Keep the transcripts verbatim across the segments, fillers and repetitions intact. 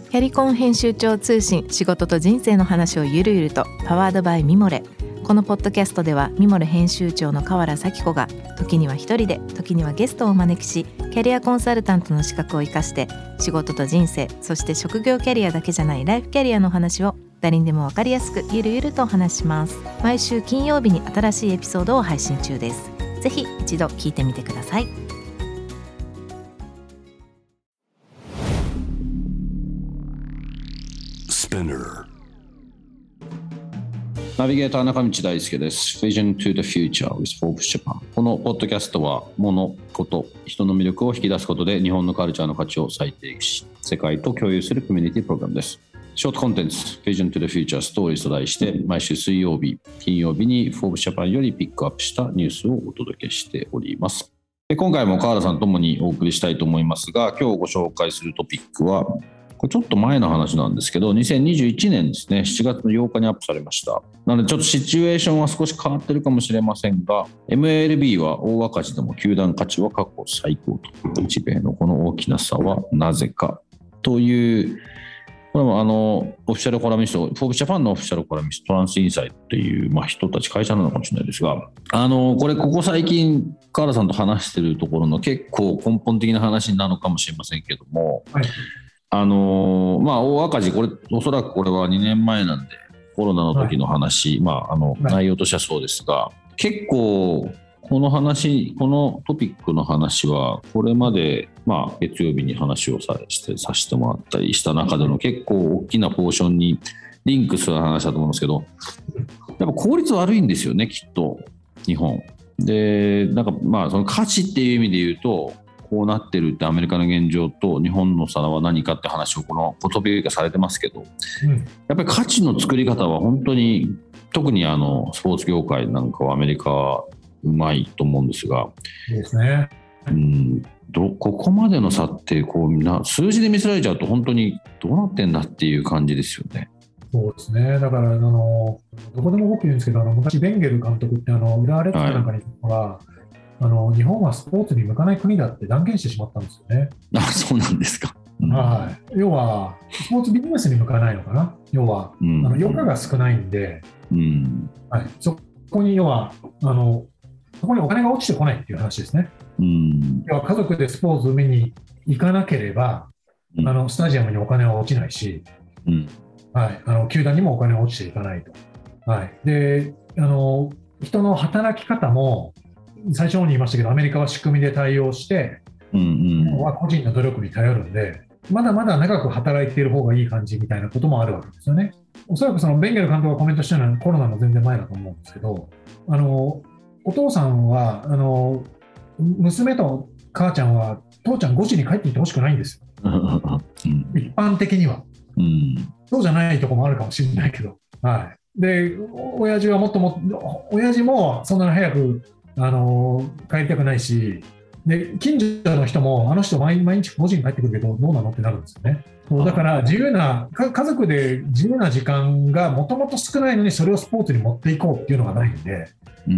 キャリコン編集長通信、仕事と人生の話をゆるゆると、パワードバイミモレ。このポッドキャストではミモレ編集長の河原咲子が時には一人で、時にはゲストをお招きし、キャリアコンサルタントの資格を生かして仕事と人生、そして職業キャリアだけじゃないライフキャリアの話を誰にでも分かりやすくゆるゆるとお話します。毎週金曜日に新しいエピソードを配信中です。ぜひ一度聞いてみてください。 ナビゲーター中道大輔です。 Vision to the Future with Forbes Japan。 このポッドキャストは物、こと、人の魅力を引き出すことで日本のカルチャーの価値を再定義し、世界と共有するコミュニティプログラムです。ショートコンテンツ Vision to the Future Stories と題して、毎週水曜日、金曜日に Forbes Japan よりピックアップしたニュースをお届けしております。で、今回も河原さんともにお送りしたいと思いますが、今日ご紹介するトピックはこれちょっと前の話なんですけど、にせんにじゅういちねんですね、しちがつのようかにアップされました。なのでちょっとシチュエーションは少し変わってるかもしれませんが、 エムエルビー は大赤字でも球団価値は過去最高と。日米のこの大きな差はなぜかという、これもあのオフィシャルコラミスト、フォーブスジャパンのオフィシャルコラミスト、トランスインサイトっていう、まあ、人たち、会社なのかもしれないですが、あのこれここ最近河原さんと話してるところの結構根本的な話なのかもしれませんけども、はい、あのまあ、大赤字、これおそらくこれはにねんまえなんでコロナの時の話、はい、まあ、あの内容としてはそうですが、結構この話、このトピックの話はこれまで、まあ、月曜日に話をさせて、させてもらったりした中での結構大きなポーションにリンクする話だと思うんですけど、やっぱ効率悪いんですよね、きっと日本で。なんかまあその価値っていう意味で言うと、こうなってるってアメリカの現状と日本の差は何かって話をこのトピックがされてますけど、うん、やっぱり価値の作り方は本当に、特にあのスポーツ業界なんかはアメリカはうまいと思うんですが、 いいですね。 うん、どここまでの差ってこうな数字で見せられちゃうと本当にどうなってんだっていう感じですよね。 そうですね。だからあのどこでも僕言うんですけど、あの昔ベンゲル監督ってあの浦和レッズかなんかに言ったのが、はい、あの日本はスポーツに向かない国だって断言してしまったんですよね。 あ、そうなんですか。 うん、はい、要はスポーツビジネスに向かないのかな。要は、うん、あの余暇が少ないんで、うんはい、そこに要はあのそこにお金が落ちてこないっていう話ですね。うん、要は家族でスポーツを見に行かなければ、うん、あのスタジアムにお金は落ちないし、うんはい、あの球団にもお金は落ちていかないと。はい、であの人の働き方も最初に言いましたけど、アメリカは仕組みで対応して、うんうん、日本は個人の努力に頼るんで、まだまだ長く働いている方がいい感じみたいなこともあるわけですよね。おそらくそのベンゲル監督がコメントしたのはコロナの全然前だと思うんですけど、あのお父さんはあの娘と母ちゃんは父ちゃんごじに帰ってきてほしくないんですよ、うん、一般的には、うん、そうじゃないところもあるかもしれないけど、はい、で親父はもっとも親父もそんなに早くあの帰りたくないし、で近所の人もあの人 毎, 毎日ごじに帰ってくるけどどうなのってなるんですよね。だから自由な家族で自由な時間がもともと少ないのに、それをスポーツに持っていこうっていうのがないんで、うん、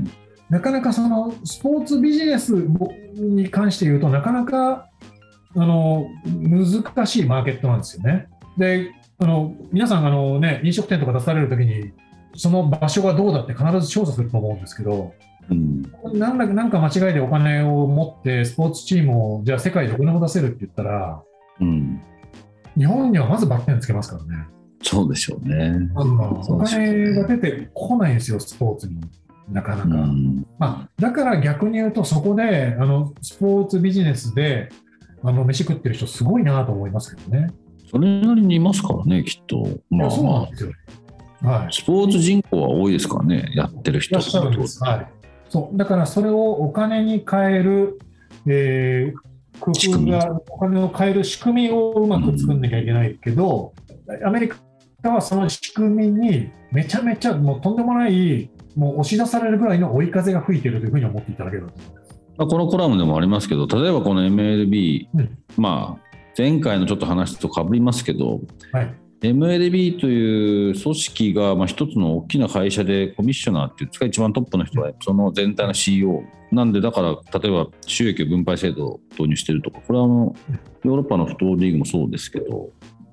なかなかそのスポーツビジネスに関して言うとなかなかあの難しいマーケットなんですよね。であの皆さんあの、ね、飲食店とか出されるときにその場所がどうだって必ず調査すると思うんですけど、うん、なんだなんか間違いでお金を持ってスポーツチームをじゃあ世界どこでも出せるって言ったら、うん、日本にはまずバッテンつけますからね。 そうでしょうね。 お金が出てこないんですよ、スポーツになかなか、うんまあ、だから逆に言うとそこであのスポーツビジネスであの飯食ってる人すごいなと思いますけどね。 それなりにいますからね、きっと。 まあ、そうなんですよ、 はい、スポーツ人口は多いですからね、やってる人。いらっしゃるんです、 はい、そうだからそれをお金に変える、えー、工夫がお金を変える仕組みをうまく作んなきゃいけないけど、うん、アメリカはその仕組みにめちゃめちゃもうとんでもないもう押し出されるぐらいの追い風が吹いているというふうに思っていただければと思います。 このコラムでもありますけど、例えばこの エムエルビー、うん、まあ前回のちょっと話とかぶりますけど、はい、エムエルビー という組織がまあ一つの大きな会社でコミッショナーっていうのが一番トップの人はその全体の シーイーオー なんで、だから例えば収益を分配制度を導入しているとか、これはあのヨーロッパのフットボールリーグもそうですけど、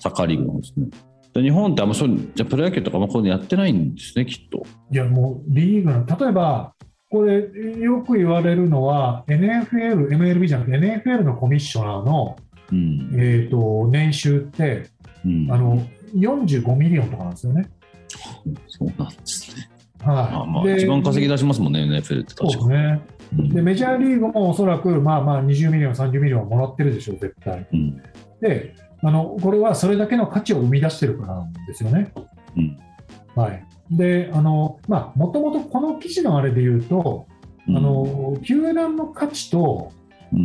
サッカーリーグなんですね。で日本ってあんまそうじゃプロ野球とかもこういうのやってないんですね、きっと。 いや、もうリーグの、例えば、これ、よく言われるのは、エヌエフエル、エムエルビー じゃなくて、エヌエフエル のコミッショナーの、うん、えーと、年収って、うん、あのよんじゅうごミリオンとかなんですよね。 そうなんですね。 はい、 まあまあ一番稼ぎ出しますもんね、エヌエフエル って確かに。 そうですね。うん、でメジャーリーグもおそらく、まあまあにじゅうミリオン、さんじゅうミリオンもらってるでしょう、絶対。うん、であの、これはそれだけの価値を生み出してるからなんですよね。うん、はい。で、あの、まあ、もともとこの記事のあれで言うと、うん、あの球団の価値と、うん、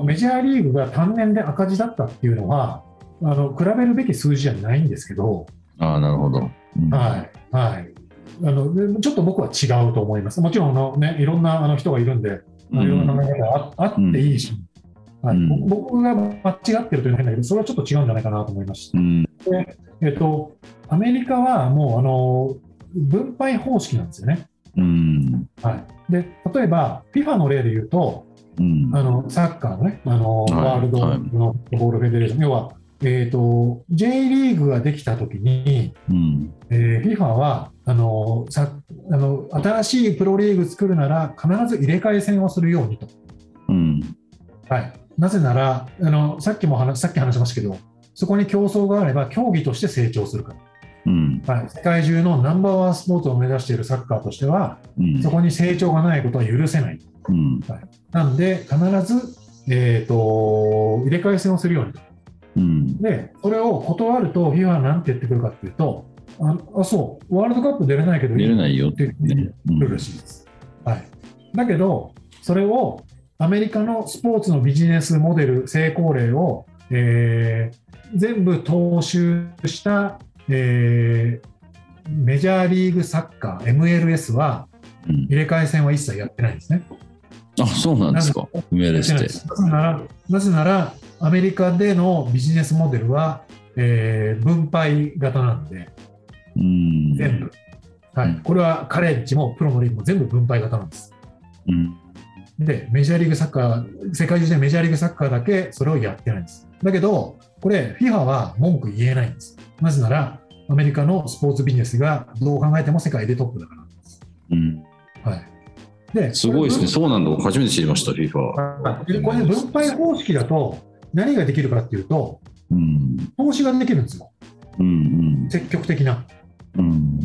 メジャーリーグが単年で赤字だったっていうのは、あの比べるべき数字じゃないんですけど。 ああ、なるほど。 うん、はい、はい。あのちょっと僕は違うと思います。もちろんの、ね、いろんなあの人がいるんで、うん、いろんな考え方が あ, あっていいし、うんはい、うん、僕が間違ってるというのは変だけど、それはちょっと違うんじゃないかなと思いました。うん、でえっと、アメリカはもうあの分配方式なんですよね。うんはい、で例えば フィファ の例で言うと、うん、あのサッカーのね、あの、はい、ワールドのボールフェデレーション、はい、要は、えーと、J リーグができたときに、うんえー、FIFA はあのさあの新しいプロリーグ作るなら必ず入れ替え戦をするようにと、うんはい、なぜならあのさっきも話さっき話しましたけど、そこに競争があれば競技として成長するから、うんはい、世界中のナンバーワンスポーツを目指しているサッカーとしては、うん、そこに成長がないことは許せない、うんはい、なんで必ず、えーと、入れ替え戦をするようにと、うん、でそれを断ると FIFA は何て言ってくるかっていうと、ああそうワールドカップ出れないけど出れないよって言ってくるらしいです、うんはい、だけどそれをアメリカのスポーツのビジネスモデル成功例を、えー、全部踏襲したえー、メジャーリーグサッカー エムエルエス は入れ替え戦は一切やってないんですね、 うん、あ、そうなんですか。 エムエルエス ってなぜなら、なぜならアメリカでのビジネスモデルは、えー、分配型なんで、うん全部、はい、これはカレッジもプロのリーグも全部分配型なんです、うん、でメジャーリーグサッカー、世界中でメジャーリーグサッカーだけそれをやってないんです。だけどこれ FIFA は文句言えないんです。なぜならアメリカのスポーツビジネスがどう考えても世界でトップだからなんです、うんはい、 ですごいですね。そうなんだ。初めて知りました FIFA は。 これ分配方式だと何ができるかっていうと、うん、投資ができるんですよ、うんうん、積極的な、うん、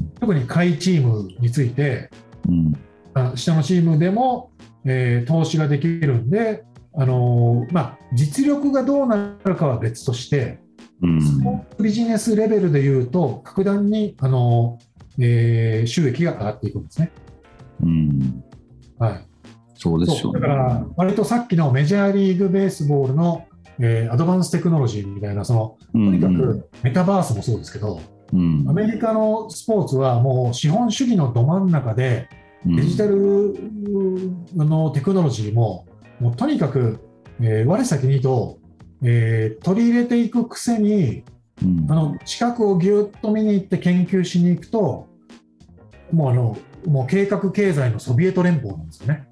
特に下位チームについて、うん、下のチームでも、えー、投資ができるんで、あのーまあ、実力がどうなるかは別として、うん、スポーツビジネスレベルでいうと格段に、あのーえー、収益が上がっていくんですね、うんはい、 そうですよね。 だから割とさっきのメジャーリーグベースボールの、えー、アドバンステクノロジーみたいな、そのとにかくメタバースもそうですけど、うんうん、アメリカのスポーツはもう資本主義のど真ん中で、デジタルのテクノロジーも、もうとにかく、えー、我先にと、えー、取り入れていくくせに、うん、あの資格をぎゅっと見に行って研究しに行くと、もうあのもう計画経済のソビエト連邦なんですよね。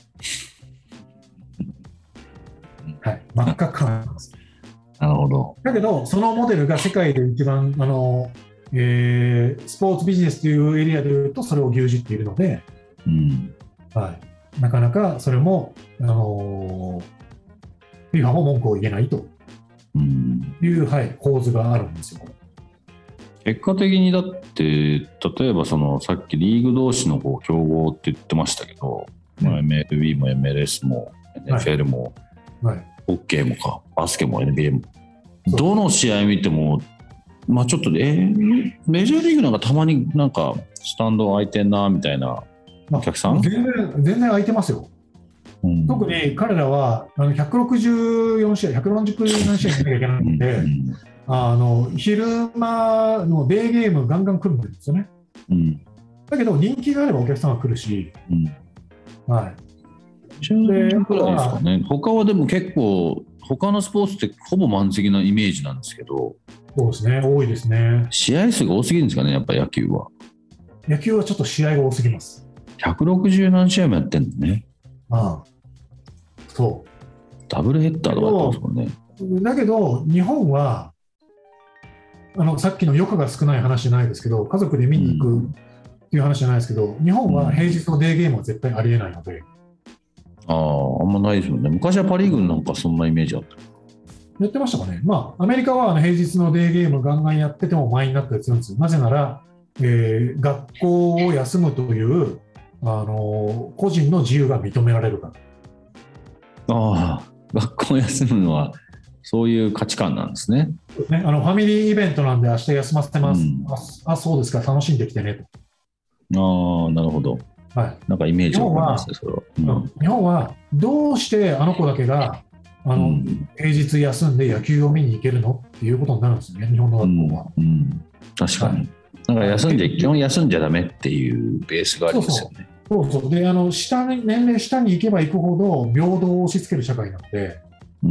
はい、真っ赤っかなんです。 なるほど。 だけどそのモデルが世界で一番あの、えー、スポーツビジネスというエリアでいうとそれを牛耳っているので、うんはい、なかなかそれも、あのー、FIFA も文句を言えないという、はい、構図があるんですよ。 結果的にだって例えばそのさっきリーグ同士のこう競合って言ってましたけど、うんまあ、エムエルビー も エムエルエス も エヌエフエル も、はいはい、ホッケーもかバスケも エヌビーエー もどの試合見てもまあちょっと、えー、メジャーリーグなんかたまになんかスタンド空いてんなみたいなお客さん全然、全然空いてますよ、うん、特に彼らはあのひゃくろくじゅうよん試合ひゃくよんじゅう何試合やらなきゃいけないので、うんうんあの昼間のデーゲームガンガン来るんですよね、うん、だけど人気があればお客さんは来るし、うんはい、 じゅうねんくらいですかね。他はでも結構他のスポーツってほぼ満席なイメージなんですけど。 そうですね、多いですね。 試合数が多すぎるんですかね、やっぱり野球は。 野球はちょっと試合が多すぎます。 ひゃくろくじゅう何試合もやってんのね。 ああそうダブルヘッダーとかやってますもんね。 だけど日本はあのさっきの余暇が少ない話じゃないですけど、家族で見に行くっていう話じゃないですけど、日本は平日のデーゲームは絶対ありえないので。 ああ、あんまないですよね。昔はパ・リーグなんかそんなイメージあった。 やってましたかね。まあ、アメリカはあの平日のデーゲームガンガンやってても満員になったりするんですよ。なぜなら、えー、学校を休むというあの個人の自由が認められるから。 ああ、学校休むのはそういう価値観なんですね。 ね、あのファミリーイベントなんで明日休ませてます。うん、あ, あ、そうですか、楽しんできてねと。ああ、なるほど。 はい、 なんかイメージがありますね、それは、 うん。日本はどうしてあの子だけがあの、うん、平日休んで野球を見に行けるのっていうことになるんですよね、日本の学校は。 うんうん、確かに。はい、なんか休んで、基本休んじゃダメっていうベースがありますよね。 そうそう。そうそう。で、あの下に年齢下に行けば行くほど平等を押し付ける社会なので。 うん、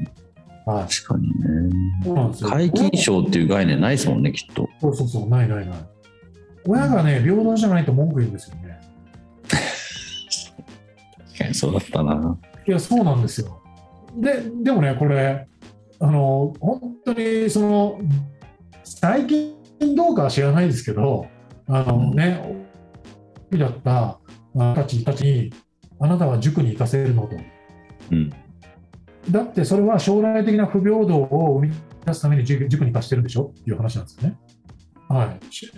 はい、確かにね。そうなんですよ。皆勤賞っていう概念ないですもんね、きっと。 そうそうそう、ないないない。親がね、平等じゃないと文句言うんですよね。 確かにそうだったな。 いや、そうなんですよ。で、でもね、これ、あの、本当に、その、最近どうかは知らないですけど、あのね、うん、だったたちたちに、あなたは塾に行かせるのと。うん、だってそれは将来的な不平等を生み出すために塾に行かせてるんでしょっていう話なんですよね。はい、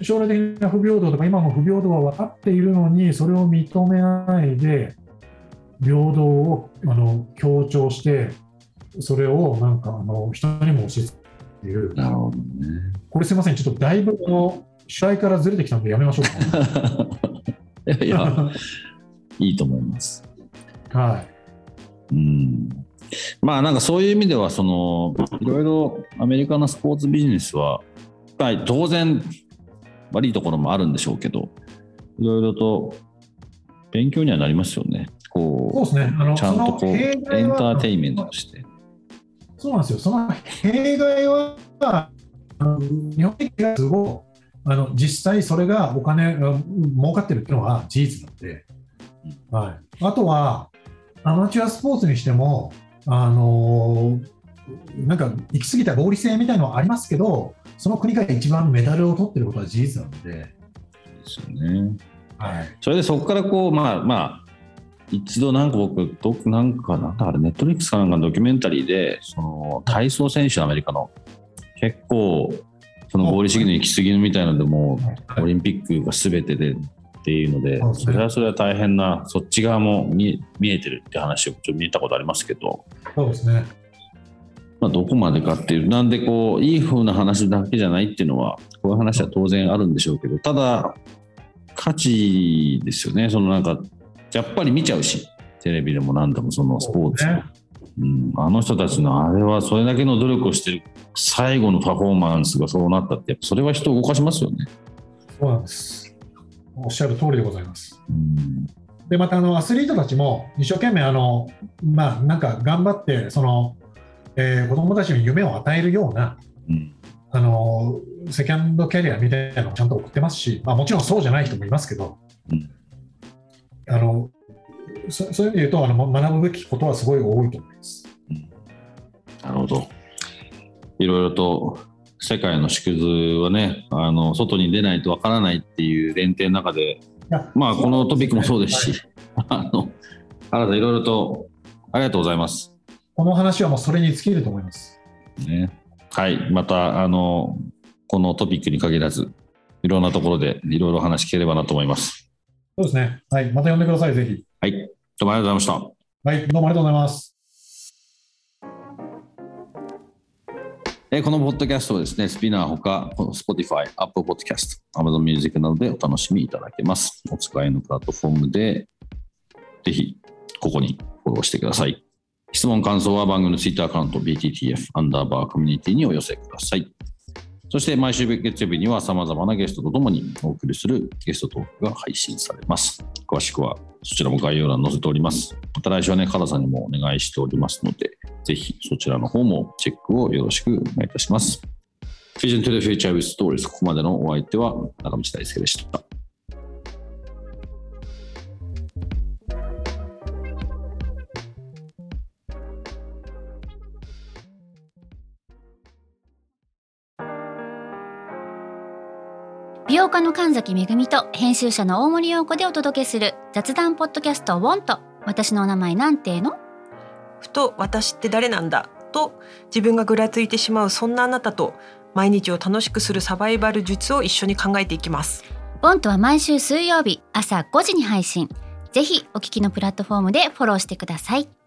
将来的な不平等とか今も不平等は分かっているのにそれを認めないで平等をあの強調してそれをなんかあの人にも押し付けるっていう。 なるほどね。 これすいません、ちょっとだいぶあの主題からずれてきたのでやめましょうか。 いやいやいいと思います。 はい。 うん。まあなんかそういう意味ではそのいろいろアメリカのスポーツビジネスは当然悪いところもあるんでしょうけどいろいろと勉強にはなりますよね。こう、 そうですね。あのちゃんとこうエンターテインメントとして。 そうなんですよ。その弊害はあの日本的がすごいあの実際それがお金儲かってるっていうのは事実なので、はい、あとはアマチュアスポーツにしてもあのなんか行き過ぎた合理性みたいなのはありますけどその国が一番メダルを取っていることは事実なので。 ですよね。 はい、 それでそこからこうまあまあ一度なんか僕どなんかなんだあれネットフリックスかなんかのドキュメンタリーでその体操選手のアメリカの結構その合理主義の行き過ぎみたいなのでもうオリンピックが全てでっていうのでそれはそれは大変なそっち側も 見, 見えてるって話をちょっと見えたことありますけど。 そうですね。 まあ、どこまでかっていうなんでこういい風な話だけじゃないっていうのはこういう話は当然あるんでしょうけどただ価値ですよね。そのなんかやっぱり見ちゃうしテレビでも何でもそのスポーツ、ねうん、あの人たちのあれはそれだけの努力をしてる最後のパフォーマンスがそうなったってそれは人を動かしますよね。 そうなんです。おっしゃる通りでございます。うんでまたあのアスリートたちも一生懸命あの、まあ、なんか頑張ってそのえー、子どもたちに夢を与えるような、うん、あのセカンドキャリアみたいなのをちゃんと送ってますし、まあ、もちろんそうじゃない人もいますけど、うん、あの そ, そういう意味で言うとあの学ぶべきことはすごい多いと思います、 うん、なるほど。いろいろと世界の縮図はねあの外に出ないとわからないっていう前提の中でまあこのトピックもそうですし、はい、あの原田いろいろとありがとうございます。 この話はもうそれに尽きると思います、 ね、はいまたあのこのトピックに限らずいろんなところでいろいろ話聞ければなと思います。 そうですね、はい、また呼んでくださいぜひ。 はいどうもありがとうございました。 はいどうもありがとうございます。 えこのポッドキャストはですねスピナーほかこの Spotify、Apple Podcast、Amazon Music などでお楽しみいただけます。お使いのプラットフォームでぜひここにフォローしてください。質問感想は番組の Twitter アカウント ビーティーティーエフ アンダーバーコミュニティにお寄せください。そして毎週月曜日には様々なゲストとともにお送りするゲストトークが配信されます。詳しくはそちらも概要欄に載せております。また来週はね原さんにもお願いしておりますのでぜひそちらの方もチェックをよろしくお願いいたします。Vision to the Future with Stories ここまでのお相手は中道大輔でした。 美容家の神崎めぐみと編集者の大森洋子でお届けする雑談ポッドキャストウォント。私のお名前なんていうの？ ふと私って誰なんだと自分がぐらついてしまうそんなあなたと、毎日を楽しくするサバイバル術を一緒に考えていきます。 ウォントは毎週水曜日朝ごじに配信。ぜひお聞きのプラットフォームでフォローしてください。